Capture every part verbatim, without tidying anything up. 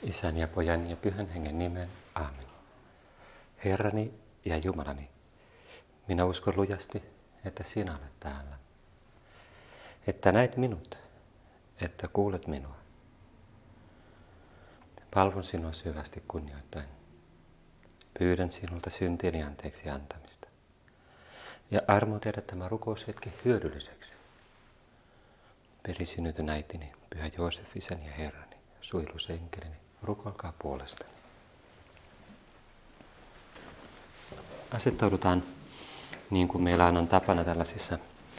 Isän ja Pojan ja Pyhän Hengen nimen. Aamen. Herrani ja Jumalani, minä uskon lujasti, että sinä olet täällä. Että näet minut, että kuulet minua. Palvon sinua syvästi kunnioittaen. Pyydän sinulta syntieni anteeksi antamista. Ja armo tehdä tämä rukoushetki hyödylliseksi. Perisynnytön äitini, Pyhä Joosef, isäni ja Herrani, suojelusenkelini, rukoilkaa puolestani. Asettaudutaan, niin kuin meillä on tapana tällaisissa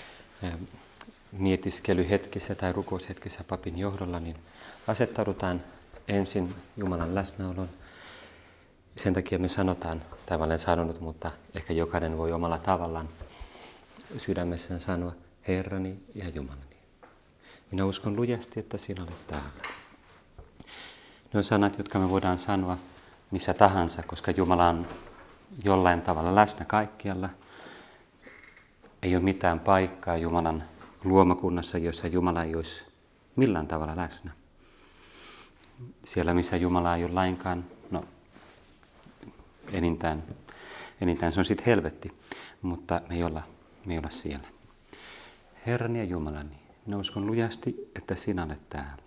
mietiskelyhetkissä tai rukoushetkissä papin johdolla, niin asettaudutaan ensin Jumalan läsnäoloon. Sen takia me sanotaan, tai mä olen sanonut, mutta ehkä jokainen voi omalla tavallaan sydämessään sanoa, Herrani ja Jumalani. Minä uskon lujasti, että sinä olet täällä. Ne on sanat, jotka me voidaan sanoa missä tahansa, koska Jumala on jollain tavalla läsnä kaikkialla. Ei ole mitään paikkaa Jumalan luomakunnassa, jossa Jumala ei olisi millään tavalla läsnä. Siellä, missä Jumala ei ole lainkaan, no enintään, enintään se on sitten helvetti, mutta me ei olla, me ei olla siellä. Herrani ja Jumalani, minä uskon lujasti, että sinä olet täällä.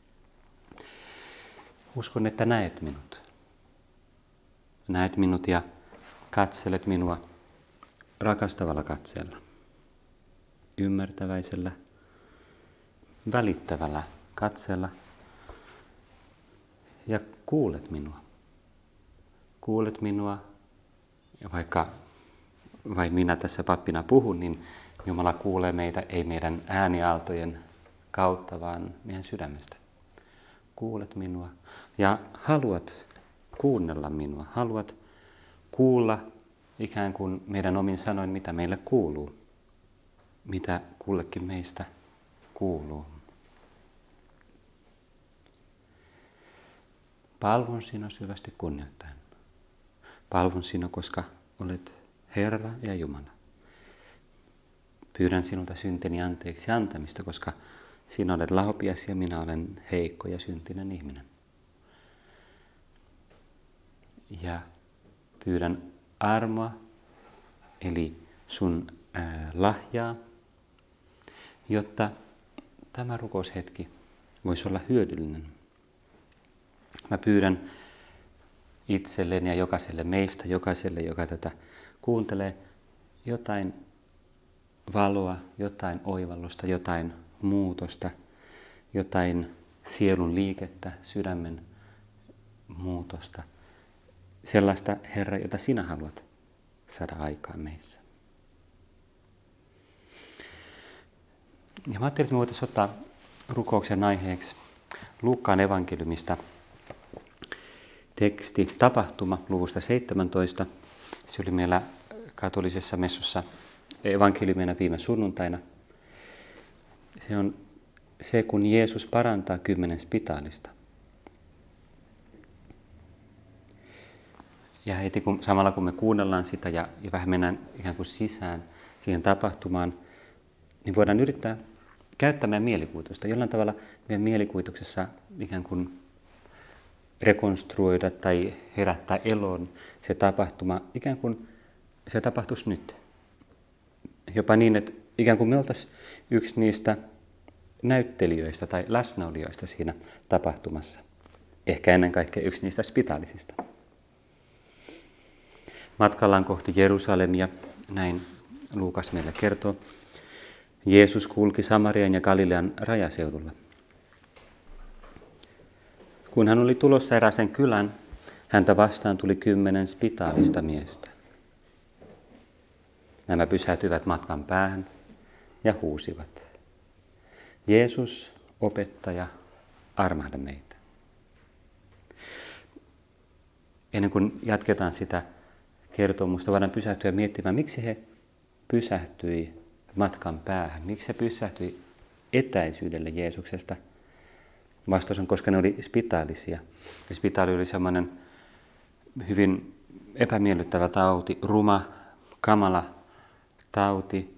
Uskon, että näet minut. Näet minut ja katselet minua rakastavalla katseella, ymmärtäväisellä, välittävällä katseella ja kuulet minua. Kuulet minua ja vaikka vai minä tässä pappina puhun, niin Jumala kuulee meitä ei meidän ääniaaltojen kautta, vaan meidän sydämestä. Kuulet minua ja haluat kuunnella minua. Haluat kuulla ikään kuin meidän omin sanoin, mitä meille kuuluu. Mitä kullekin meistä kuuluu. Palvon sinua syvästi kunnioittaen. Palvon sinua, koska olet Herra ja Jumala. Pyydän sinulta synteni anteeksi antamista, koska sinä olet lahopias ja minä olen heikko ja syntinen ihminen. Ja pyydän armoa, eli sun ää, lahjaa, jotta tämä rukoushetki voisi olla hyödyllinen. Mä pyydän itselleni ja jokaiselle meistä, jokaiselle, joka tätä kuuntelee, jotain valoa, jotain oivallusta, jotain muutosta, jotain sielun liikettä, sydämen muutosta. Sellaista, Herra, jota sinä haluat saada aikaan meissä. Ja mä ajattelin, että me voitaisiin ottaa rukouksen aiheeksi Luukkaan evankeliumista teksti tapahtuma luvusta seitsemäntoista. Se oli meillä katolisessa messussa evankeliumina viime sunnuntaina. Se on se, kun Jeesus parantaa kymmenen spitaalista. Ja heti kun, samalla kun me kuunnellaan sitä ja, ja vähän mennään ikään kuin sisään siihen tapahtumaan, niin voidaan yrittää käyttää meidän mielikuvitusta. Jollain tavalla meidän mielikuvituksessa ikään kuin rekonstruoida tai herättää eloon se tapahtuma, ikään kuin se tapahtuisi nyt. Jopa niin, että ikään kuin me oltaisiin yksi niistä näyttelijöistä tai läsnäolijoista siinä tapahtumassa. Ehkä ennen kaikkea yksi niistä spitaalisista. Matkallaan kohti Jerusalemia, näin Luukas meille kertoo, Jeesus kulki Samarian ja Galilean rajaseudulla. Kun hän oli tulossa erääseen kylän, häntä vastaan tuli kymmenen spitaalista miestä. Nämä pysähtyivät matkan päähän ja huusivat. Jeesus, opettaja, armahda meitä. Ennen kuin jatketaan sitä kertomusta, voidaan pysähtyä miettimään, miksi he pysähtyi matkan päähän. Miksi he pysähtyi etäisyydelle Jeesuksesta? Vastaus on, koska ne oli spitaalisia. Ja spitaali oli sellainen hyvin epämiellyttävä tauti, ruma, kamala tauti,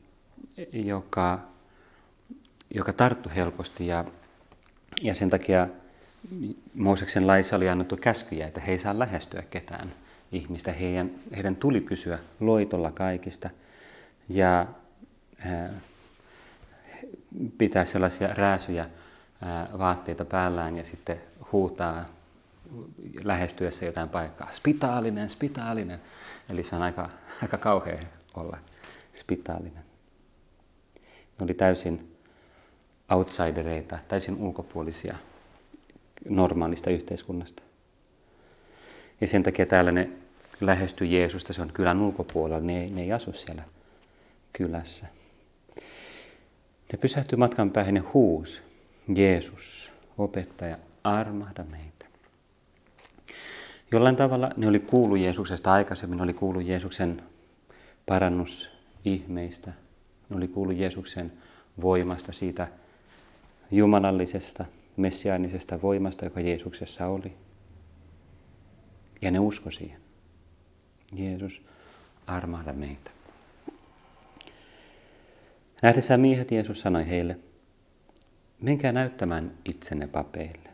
joka, joka tarttui helposti. Ja, ja sen takia Mooseksen laissa oli annettu käskyjä, että he ei saa lähestyä ketään ihmistä. Heidän, heidän tuli pysyä loitolla kaikista ja ää, pitää sellaisia rääsyjä ää, vaatteita päällään ja sitten huutaa lähestyessä jotain paikkaa. Spitaalinen, spitaalinen. Eli se on aika, aika kauhea olla spitaalinen. Ne oli täysin outsidereita, täysin ulkopuolisia normaalista yhteiskunnasta. Ja sen takia täällä ne lähestyy Jeesusta, se on kylän ulkopuolella, ne, ne ei asu siellä kylässä. Ne pysähtyi matkan päähän ja huusi, Jeesus, opettaja, armahda meitä. Jollain tavalla ne oli kuullut Jeesuksesta aikaisemmin, ne oli kuullut Jeesuksen parannusihmeistä, ne oli kuullut Jeesuksen voimasta, siitä jumalallisesta, messiaanisesta voimasta, joka Jeesuksessa oli. Ja ne uskoi siihen. Jeesus, armahda meitä. Nähdessään miehet Jeesus sanoi heille, menkää näyttämään itsenne papeille.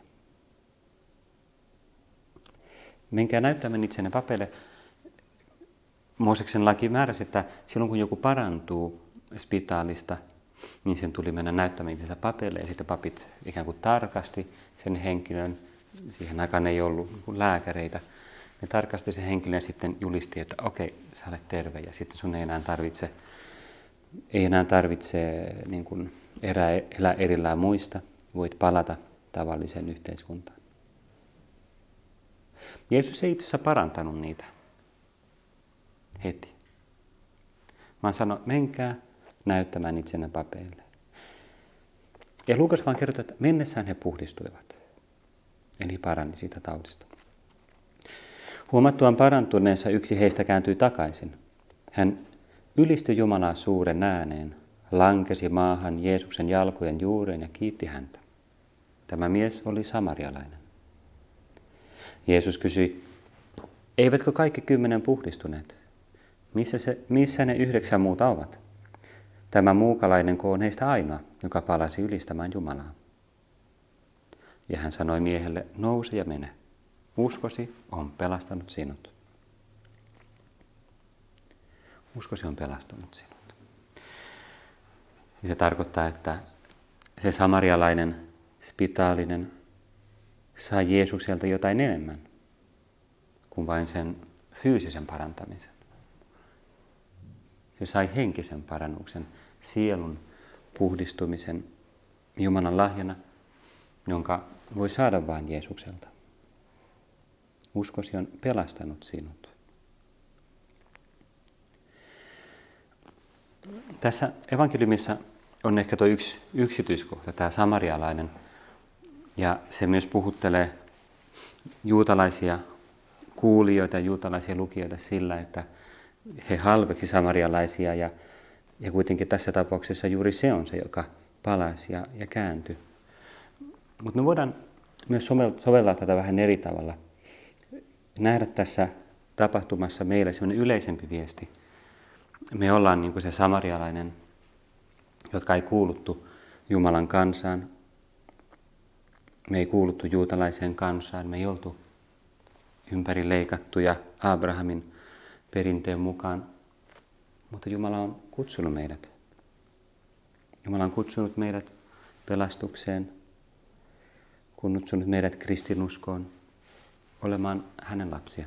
Menkää näyttämään itsenne papeille. Mooseksen laki määräsi, että silloin kun joku parantuu spitaalista, niin sen tuli mennä näyttämään itsensä papeille. Ja sitten papit ikään kuin tarkasti sen henkilön. Siihen aikaan ei ollut lääkäreitä. Ne tarkasti sen henkilön ja sitten julisti, että okei, sä olet terve. Ja sitten sun ei enää tarvitse, ei enää tarvitse niin kuin elää, elää erillään muista. Voit palata tavalliseen yhteiskuntaan. Jeesus ei itse asiassa parantanut niitä heti. Vaan sanoi, menkää näyttämään itsenne papeille. Ja Luukas vaan kertoo, että mennessään he puhdistuivat. Eli parani siitä taudista. Huomattuaan parantuneensa yksi heistä kääntyi takaisin. Hän ylistyi Jumalaa suuren ääneen, lankesi maahan Jeesuksen jalkojen juureen ja kiitti häntä. Tämä mies oli samarialainen. Jeesus kysyi, eivätkö kaikki kymmenen puhdistuneet? Missä, se, missä ne yhdeksän muuta ovat? Tämä muukalainenko on heistä ainoa, joka palasi ylistämään Jumalaa? Ja hän sanoi miehelle, nouse ja mene. Uskosi on pelastanut sinut. Uskosi on pelastanut sinut. Ja se tarkoittaa, että se samarialainen, spitaalinen, sai Jeesukselta jotain enemmän kuin vain sen fyysisen parantamisen. Se sai henkisen parannuksen, sielun puhdistumisen Jumalan lahjana, jonka voi saada vain Jeesukselta. Uskosi on pelastanut sinut. Tässä evankeliumissa on ehkä tuo yksi yksityiskohta, tämä samarialainen. Ja se myös puhuttelee juutalaisia kuulijoita ja juutalaisia lukijoita sillä, että he halveksi samarialaisia ja, ja kuitenkin tässä tapauksessa juuri se on se, joka palasi ja, ja kääntyi. Mutta me voidaan myös soveltaa tätä vähän eri tavalla. Nähdä tässä tapahtumassa meille sellainen yleisempi viesti. Me ollaan niin kuin se samarialainen, jotka ei kuuluttu Jumalan kansaan. Me ei kuuluttu juutalaiseen kansaan. Me ei oltu ympäri leikattuja Abrahamin perinteen mukaan. Mutta Jumala on kutsunut meidät. Jumala on kutsunut meidät pelastukseen, kutsunut meidät kristinuskoon, olemaan hänen lapsia.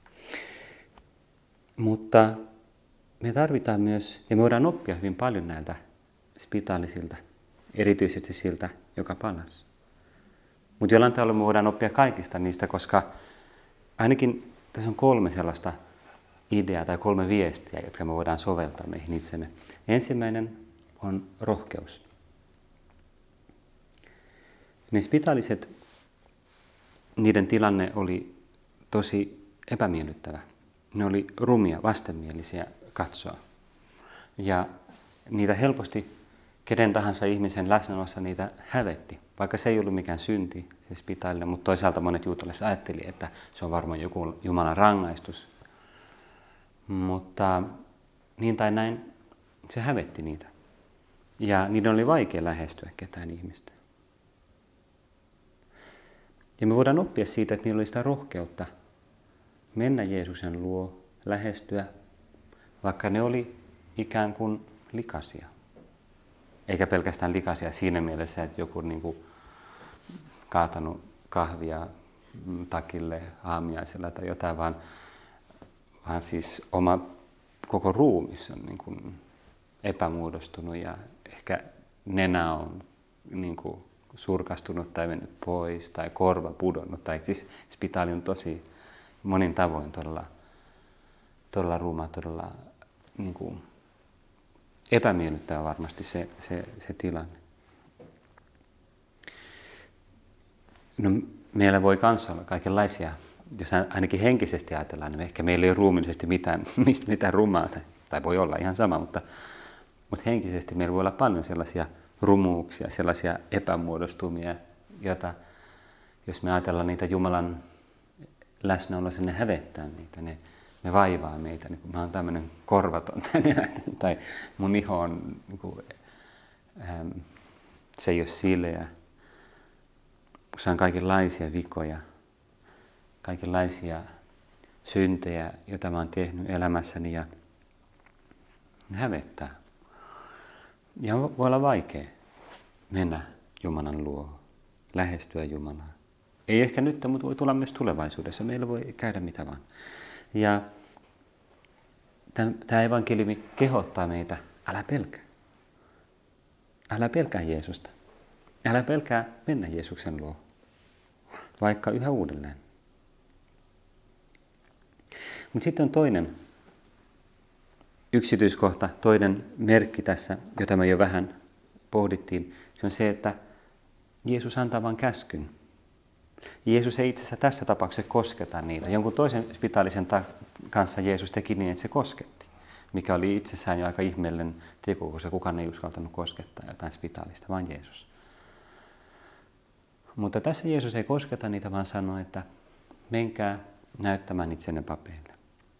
Mutta me tarvitaan myös, ja me voidaan oppia hyvin paljon näiltä spitaalisilta, erityisesti siltä, joka palasi. Mutta jollain tavalla me voidaan oppia kaikista niistä, koska ainakin tässä on kolme sellaista ideaa tai kolme viestiä, jotka me voidaan soveltaa meihin itsemme. Ensimmäinen on rohkeus. Ne spitaaliset, niiden tilanne oli tosi epämiellyttävä. Ne oli rumia, vastenmielisiä katsoa. Ja niitä helposti kenen tahansa ihmisen läsnäolossa niitä hävetti. Vaikka se ei ollut mikään synti, se spitaalinen, mutta toisaalta monet juutalaiset ajatteli, että se on varmaan joku Jumalan rangaistus. Mutta niin tai näin, se hävetti niitä. Ja niiden oli vaikea lähestyä ketään ihmistä. Ja me voidaan oppia siitä, että niillä oli sitä rohkeutta mennä Jeesuksen luo, lähestyä, vaikka ne oli ikään kuin likaisia. Eikä pelkästään likaisia siinä mielessä, että joku niin kuin kaatanut kahvia takille aamiaisella tai jotain, vaan, vaan siis oma koko ruumis on niin kuin epämuodostunut ja ehkä nenä on niin kuin surkastunut tai mennyt pois tai korva pudonnut. Tai siis spitaali on tosi monin tavoin todella, todella ruuma, todella niin kuin epämiellyttävä varmasti se, se, se tilanne. No, meillä voi kanssa olla kaikenlaisia, jos ainakin henkisesti ajatellaan, niin ehkä meillä ei ole ruumiillisesti mitään, mitään rumaa, tai, tai voi olla ihan sama, mutta, mutta henkisesti meillä voi olla paljon sellaisia rumuuksia, sellaisia epämuodostumia, joita, jos me ajatellaan niitä Jumalan läsnäolossa, ne hävettää niitä, ne, ne vaivaa meitä. Niin mä oon tämmöinen korvaton, tai mun iho on, niin kuin, ähm, se ei ole sileä. Se on kaikenlaisia vikoja, kaikenlaisia syntejä, joita mä oon tehnyt elämässäni, ja ne hävettää. Ja voi olla vaikea mennä Jumalan luo, lähestyä Jumalaa. Ei ehkä nyt, mutta voi tulla myös tulevaisuudessa. Meillä voi käydä mitä vaan. Ja tämä evankeliumi kehottaa meitä, älä pelkää. Älä pelkää Jeesusta. Älä pelkää mennä Jeesuksen luo, vaikka yhä uudelleen. Mutta sitten on toinen yksityiskohta, toinen merkki tässä, jota me jo vähän pohdittiin. Se on se, että Jeesus antaa vain käskyn. Jeesus ei itse asiassa tässä tapauksessa kosketa niitä. Jonkun toisen spitaalisen kanssa Jeesus teki niin, että se kosketti, mikä oli itsessään jo aika ihmeellinen teko, koska kukaan ei uskaltanut koskettaa jotain spitaalista, vaan Jeesus. Mutta tässä Jeesus ei kosketa niitä, vaan sanoo, että menkää näyttämään itsenne papeille.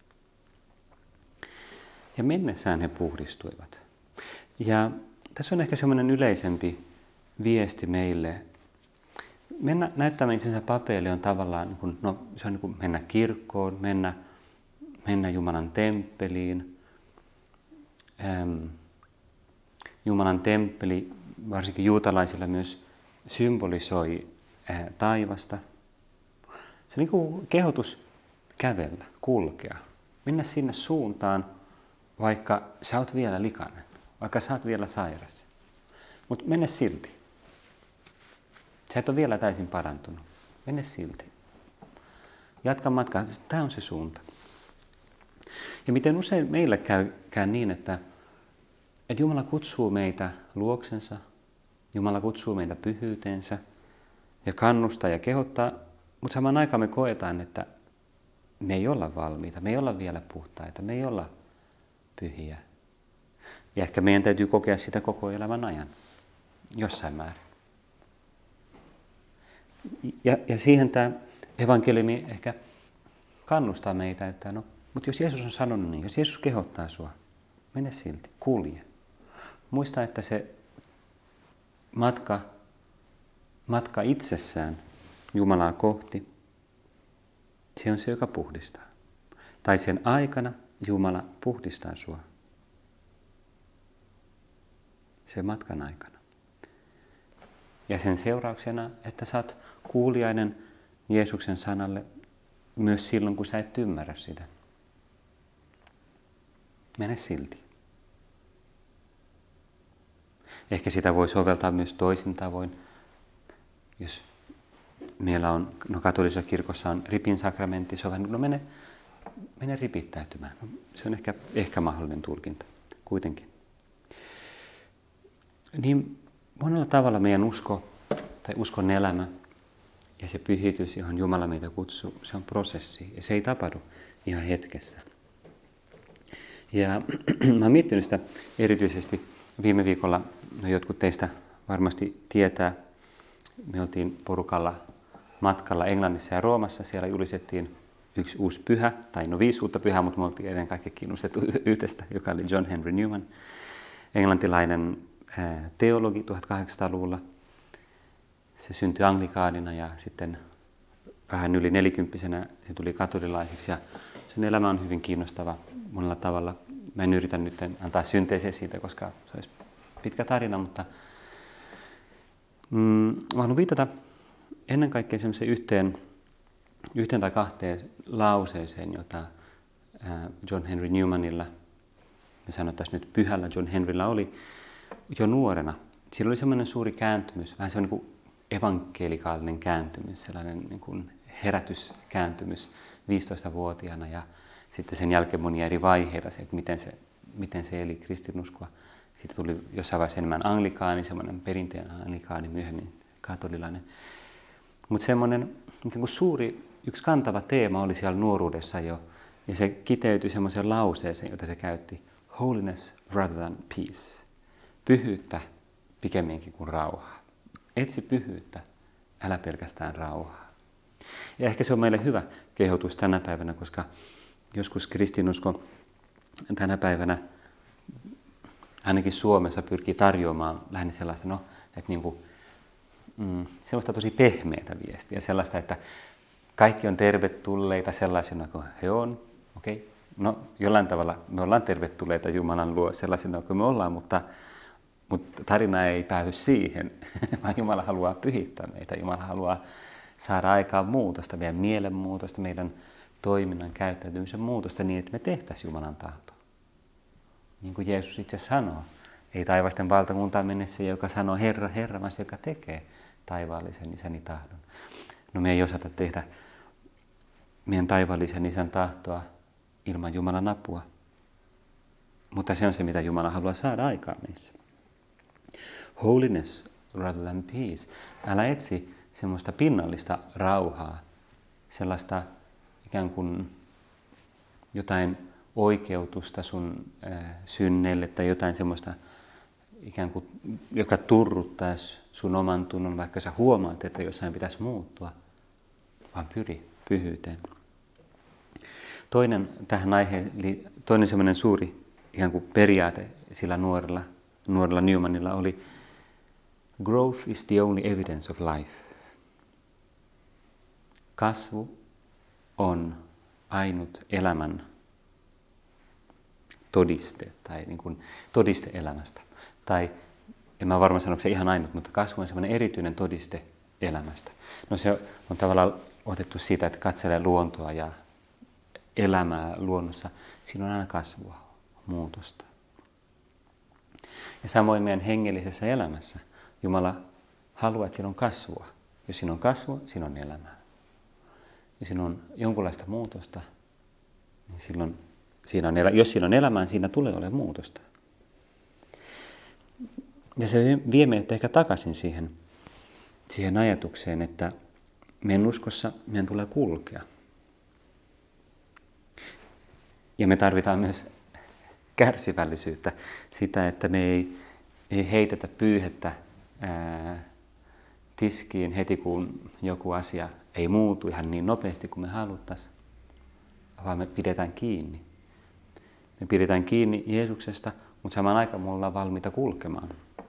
Ja mennessään he puhdistuivat. Ja tässä on ehkä semmoinen yleisempi viesti meille. Mennä näyttämään itsensä papeille on tavallaan, niin kuin, no, se on niin kuin mennä kirkkoon, mennä, mennä Jumalan temppeliin. Ähm, Jumalan temppeli, varsinkin juutalaisilla, myös symbolisoi äh, taivasta. Se on niin kuin kehotus kävellä, kulkea, mennä sinne suuntaan, vaikka sä oot vielä likainen, vaikka sä oot vielä sairas. Mutta mene silti. Sä et ole vielä täysin parantunut. Mene silti. Jatka matkaa. Tämä on se suunta. Ja miten usein meillä käy, käy niin, että, että Jumala kutsuu meitä luoksensa, Jumala kutsuu meitä pyhyyteensä ja kannustaa ja kehottaa, mutta samaan aikaan me koetaan, että me ei olla valmiita, me ei olla vielä puhtaita, me ei olla pyhiä. Ja ehkä meidän täytyy kokea sitä koko elämän ajan, jossain määrin. Ja, ja siihen tämä evankeliumi ehkä kannustaa meitä, että no, mutta jos Jeesus on sanonut niin, jos Jeesus kehottaa sua, mene silti, kulje. Muista, että se matka, matka itsessään Jumalaa kohti, se on se, joka puhdistaa. Tai sen aikana Jumala puhdistaa sua. Sen matkan aikana. Ja sen seurauksena, että sä oot kuuliainen Jeesuksen sanalle myös silloin, kun sä et ymmärrä sitä. Mene silti. Ehkä sitä voi soveltaa myös toisin tavoin. Jos meillä on, no katolisessa kirkossa on ripin sakramentti, se on vähän, no mene, mene ripittäytymään. No, se on ehkä, ehkä mahdollinen tulkinta, kuitenkin. Niin monella tavalla meidän usko tai uskon elämä ja se pyhitys, johon Jumala meitä kutsuu, se on prosessi ja se ei tapahdu ihan hetkessä. Ja mä oon miettinyt sitä erityisesti viime viikolla, no jotkut teistä varmasti tietää, me oltiin porukalla matkalla Englannissa ja Roomassa, siellä julistettiin yksi uusi pyhä, tai no viisi uutta pyhää, mutta me oltiin ennen kaikkea kiinnostettu yhdestä, joka oli John Henry Newman, englantilainen teologi tuhatkahdeksansataaluvulla. Se syntyi anglikaanina ja sitten vähän yli nelikymppisenä se tuli katolilaiseksi ja sen elämä on hyvin kiinnostava monella tavalla. Mä en yritä nyt antaa synteesiä siitä, koska se olisi pitkä tarina, mutta mm, mä haluan viitata ennen kaikkea semmoiseen yhteen, yhteen tai kahteen lauseeseen, jota John Henry Newmanilla, me sanottaisiin nyt pyhällä John Henryllä oli jo nuorena. Sillä oli semmoinen suuri kääntymys, vähän semmoinen kuin evankelikaalinen kääntymys, sellainen niin kuin herätyskääntymys viisitoistavuotiaana ja sitten sen jälkeen monia eri vaiheita, se, että miten se, miten se eli kristinuskoa. Sitten tuli jossain vaiheessa enemmän anglikaani, semmoinen perinteinen anglikaani, myöhemmin katolilainen. Mutta semmoinen niin kuin suuri, yksi kantava teema oli siellä nuoruudessa jo, ja se kiteytyi semmoiseen lauseeseen, jota se käytti. Holiness rather than peace. Pyhyyttä pikemminkin kuin rauhaa. Etsi pyhyyttä, älä pelkästään rauhaa. Ja ehkä se on meille hyvä kehotus tänä päivänä, koska joskus kristinusko tänä päivänä ainakin Suomessa pyrkii tarjoamaan lähinnä sellaista, no, että niin kuin, mm, sellaista tosi pehmeätä viestiä, sellaista, että kaikki on tervetulleita sellaisena kuin he on. Okei, okay. No jollain tavalla me ollaan tervetulleita Jumalan luo sellaisena kuin me ollaan, mutta, mutta tarina ei pääty siihen, vaan Jumala haluaa pyhittää meitä. Jumala haluaa saada aikaan muutosta, meidän mielenmuutosta, meidän toiminnan käyttäytymisen muutosta niin, että me tehtäisiin Jumalan tahtoa. Niin kuin Jeesus itse sanoo, ei taivasten valtakuntaan mene se, joka sanoo Herra, Herra, vaan se, joka tekee taivaallisen isäni tahdon. No me ei osata tehdä meidän taivaallisen isän tahtoa ilman Jumalan apua. Mutta se on se, mitä Jumala haluaa saada aikaan meissä. Holiness rather than peace. Älä etsi semmoista pinnallista rauhaa, sellaista ikään kuin jotain oikeutusta sun äh, synneille tai jotain semmoista ikään kuin, joka turruttaisi sun oman tunnon, vaikka sä huomaat, että jossain pitäisi muuttua, vaan pyri pyhyyteen. Toinen tähän aiheeseen, toinen semmoinen suuri ikään kuin periaate sillä nuorella, nuorella Newmanilla oli growth is the only evidence of life. Kasvu on ainut elämän todiste tai niin kuin todiste elämästä. Tai en mä varmaan sano, onko se ihan ainut, mutta kasvu on semmoinen erityinen todiste elämästä. No se on tavallaan otettu siitä, että katselee luontoa ja elämää luonnossa. Siinä on aina kasvua, muutosta. Ja samoin meidän hengellisessä elämässä Jumala haluaa, että siinä on kasvua. Jos siinä on kasvua, siinä on elämää. Jos siinä on jonkunlaista muutosta, niin silloin, siinä on elä, jos siinä on elämää, siinä tulee olemaan muutosta. Ja se vie meidät ehkä takaisin siihen, siihen ajatukseen, että meidän uskossa meidän tulee kulkea. Ja me tarvitaan myös kärsivällisyyttä, sitä, että me ei, ei heitetä pyyhettä ää, tiskiin heti, kun joku asia ei muutu ihan niin nopeasti kuin me haluttaisiin, vaan me pidetään kiinni. Me pidetään kiinni Jeesuksesta, mutta samaan aikaan me ollaan valmiita kulkemaan.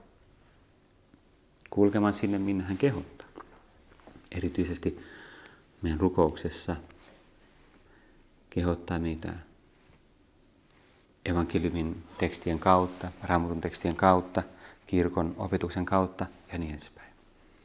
Kulkemaan sinne, minne hän kehottaa. Erityisesti meidän rukouksessa kehottaa meitä evankeliumin tekstien kautta, Raamatun tekstien kautta, kirkon opetuksen kautta ja niin edespäin.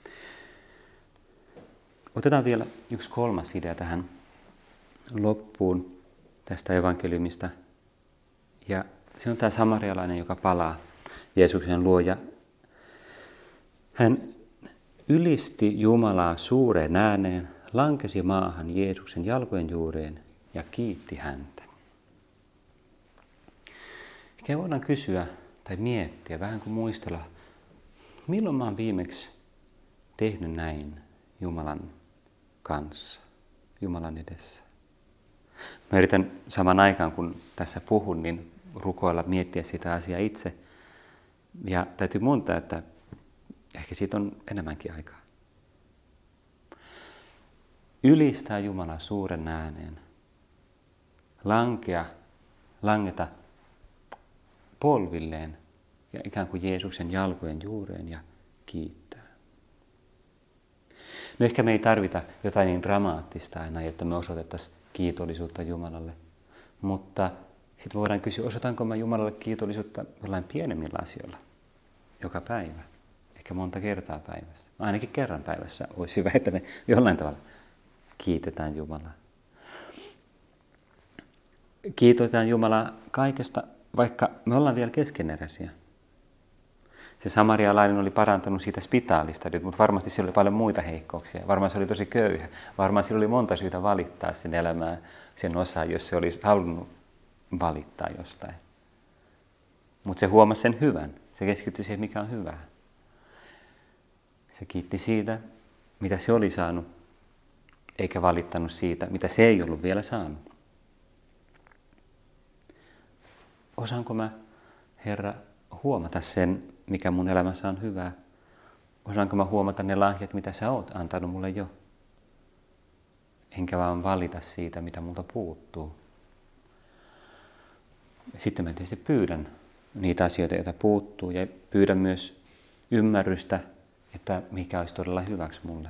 Otetaan vielä yksi kolmas idea tähän loppuun tästä evankeliumista. Ja se on tämä samarialainen, joka palaa Jeesuksen luo. Ja hän ylisti Jumalaa suureen ääneen, lankesi maahan Jeesuksen jalkojen juureen ja kiitti häntä. Ehkä voidaan kysyä tai miettiä, vähän kuin muistella, milloin mä oon viimeksi tehnyt näin Jumalan kanssa, Jumalan edessä. Mä yritän saman aikaan, kun tässä puhun, niin rukoilla miettiä sitä asiaa itse. Ja täytyy muuntaa, että ehkä siitä on enemmänkin aikaa. Ylistää Jumalaa suuren ääneen. Lankea, langeta polvilleen ja ikään kuin Jeesuksen jalkojen juureen ja kiittää. No ehkä me ei tarvita jotain niin dramaattista aina, jotta me osoitettaisiin kiitollisuutta Jumalalle. Mutta sitten voidaan kysyä, osoitanko mä Jumalalle kiitollisuutta jollain pienemmillä asioilla joka päivä. Ehkä monta kertaa päivässä. Ainakin kerran päivässä olisi hyvä, että me jollain tavalla kiitetään Jumalaa. Kiitotetaan Jumalaa kaikesta, vaikka me ollaan vielä keskeneräisiä. Se samarialainen oli parantanut siitä spitaalista, mutta varmasti siellä oli paljon muita heikkouksia. Varmaan se oli tosi köyhä. Varmaan sillä oli monta syytä valittaa sen elämää, sen osaa, jos se olisi halunnut valittaa jostain. Mutta se huomasi sen hyvän. Se keskittyi siihen, mikä on hyvää. Se kiitti siitä, mitä se oli saanut, eikä valittanut siitä, mitä se ei ollut vielä saanut. Osaanko mä, Herra, huomata sen, mikä mun elämässä on hyvää? Osaanko mä huomata ne lahjat, mitä sä oot antanut mulle jo? Enkä vaan valita siitä, mitä multa puuttuu. Sitten mä tietysti pyydän niitä asioita, joita puuttuu, ja pyydän myös ymmärrystä, että mikä olisi todella hyväksi mulle.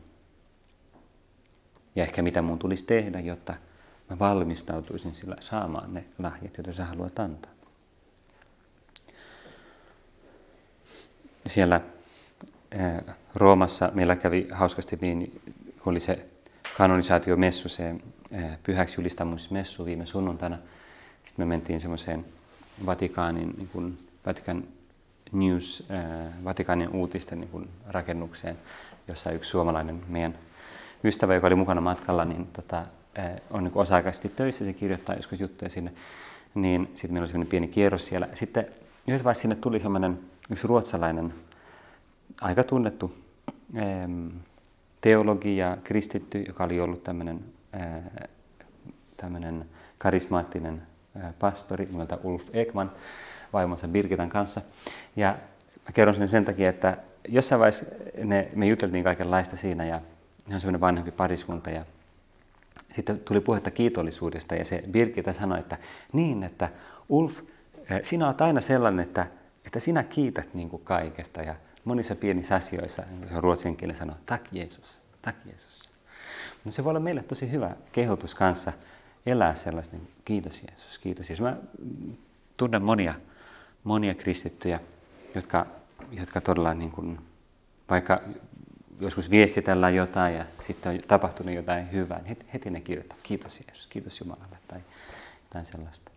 Ja ehkä mitä mun tulisi tehdä, jotta mä valmistautuisin sillä saamaan ne lahjat, joita sä haluat antaa. Siellä Roomassa meillä kävi hauskasti niin, kun oli se kanonisaatiomessu, se pyhäksi julistamusmessu viime sunnuntaina. Sitten me mentiin semmoiseen Vatikaanin, niin kuin Vatican News, Vatikaanin uutisten niin kuin rakennukseen, jossa yksi suomalainen meidän ystävä, joka oli mukana matkalla, niin tota, on niin kuin osa-aikaisesti töissä, se kirjoittaa joskus juttuja sinne. Niin sitten meillä oli semmoinen pieni kierros siellä. Sitten yhdessä vaiheessa sinne tuli semmoinen yksi ruotsalainen, aika tunnettu teologi ja kristitty, joka oli ollut tämmöinen, tämmöinen karismaattinen pastori nimeltä Ulf Ekman vaimonsa Birgitan kanssa. Ja mä kerron sen sen takia, että jossain vaiheessa ne, me juteltiin kaikenlaista siinä ja ne on semmoinen vanhempi pariskunta ja sitten tuli puhetta kiitollisuudesta ja se Birgita sanoi, että niin, että Ulf, sinä olet aina sellainen, että, että sinä kiität niin kuin kaikesta ja monissa pienissä asioissa, se on ruotsin kielellä sanoo, tack Jesus, tack Jesus. No se voi olla meille tosi hyvä kehotus kanssa elää sellaista, niin kiitos Jeesus, kiitos Jeesus. Mä tunnen monia, monia kristittyjä, jotka, jotka todella niin kuin, vaikka joskus viestitellään jotain ja sitten on tapahtunut jotain hyvää, niin heti, heti ne kirjoittaa, kiitos Jeesus, kiitos Jumalalle tai jotain sellaista.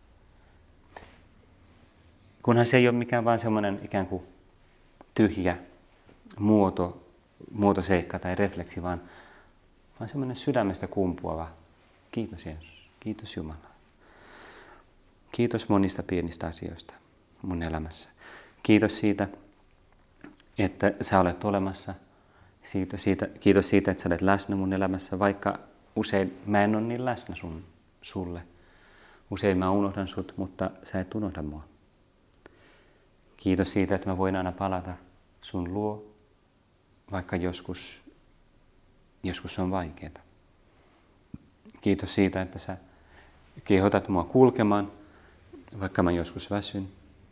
Kunhan se ei ole mikään vaan semmoinen ikään kuin tyhjä muoto, muotoseikka tai refleksi, vaan, vaan semmoinen sydämestä kumpuava, kiitos Jeesus, kiitos Jumala. Kiitos monista pienistä asioista mun elämässä. Kiitos siitä, että sä olet olemassa. Siitä, siitä, kiitos siitä, että sä olet läsnä mun elämässä, vaikka usein mä en ole niin läsnä sun, sulle. Usein mä unohdan sut, mutta sä et unohda mua. Kiitos siitä, että mä voin aina palata sun luo, vaikka joskus, joskus se on vaikeaa. Kiitos siitä, että sä kehotat mua kulkemaan, vaikka mä joskus väsyn.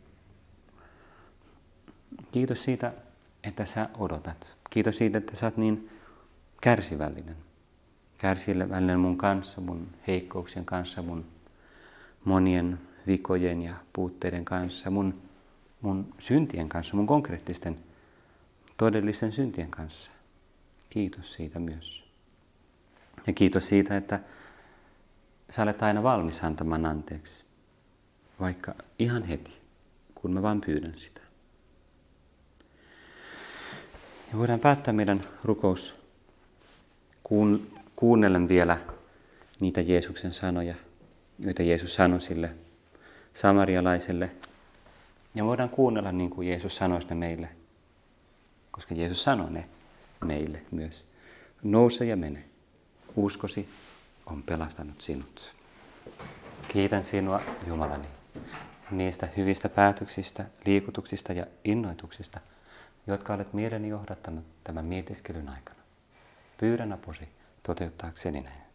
Kiitos siitä, että sä odotat. Kiitos siitä, että sä oot niin kärsivällinen. Kärsivällinen mun kanssa, mun heikkouksien kanssa, mun monien vikojen ja puutteiden kanssa, mun, mun syntien kanssa, mun konkreettisten todellisten syntien kanssa. Kiitos siitä myös. Ja kiitos siitä, että sä olet aina valmis antamaan anteeksi, vaikka ihan heti, kun mä vaan pyydän sitä. Ja voidaan päättää meidän rukous kuun, kuunnellen vielä niitä Jeesuksen sanoja, joita Jeesus sanoi sille samarialaiselle. Ja voidaan kuunnella niin kuin Jeesus sanoisi ne meille, koska Jeesus sanoi ne meille myös. Nouse ja mene. Uskosi on pelastanut sinut. Kiitän sinua, Jumalani, niistä hyvistä päätöksistä, liikutuksista ja innoituksista, jotka olet mieleni johdattanut tämän mietiskelyn aikana. Pyydän apusi toteuttaakseni ne.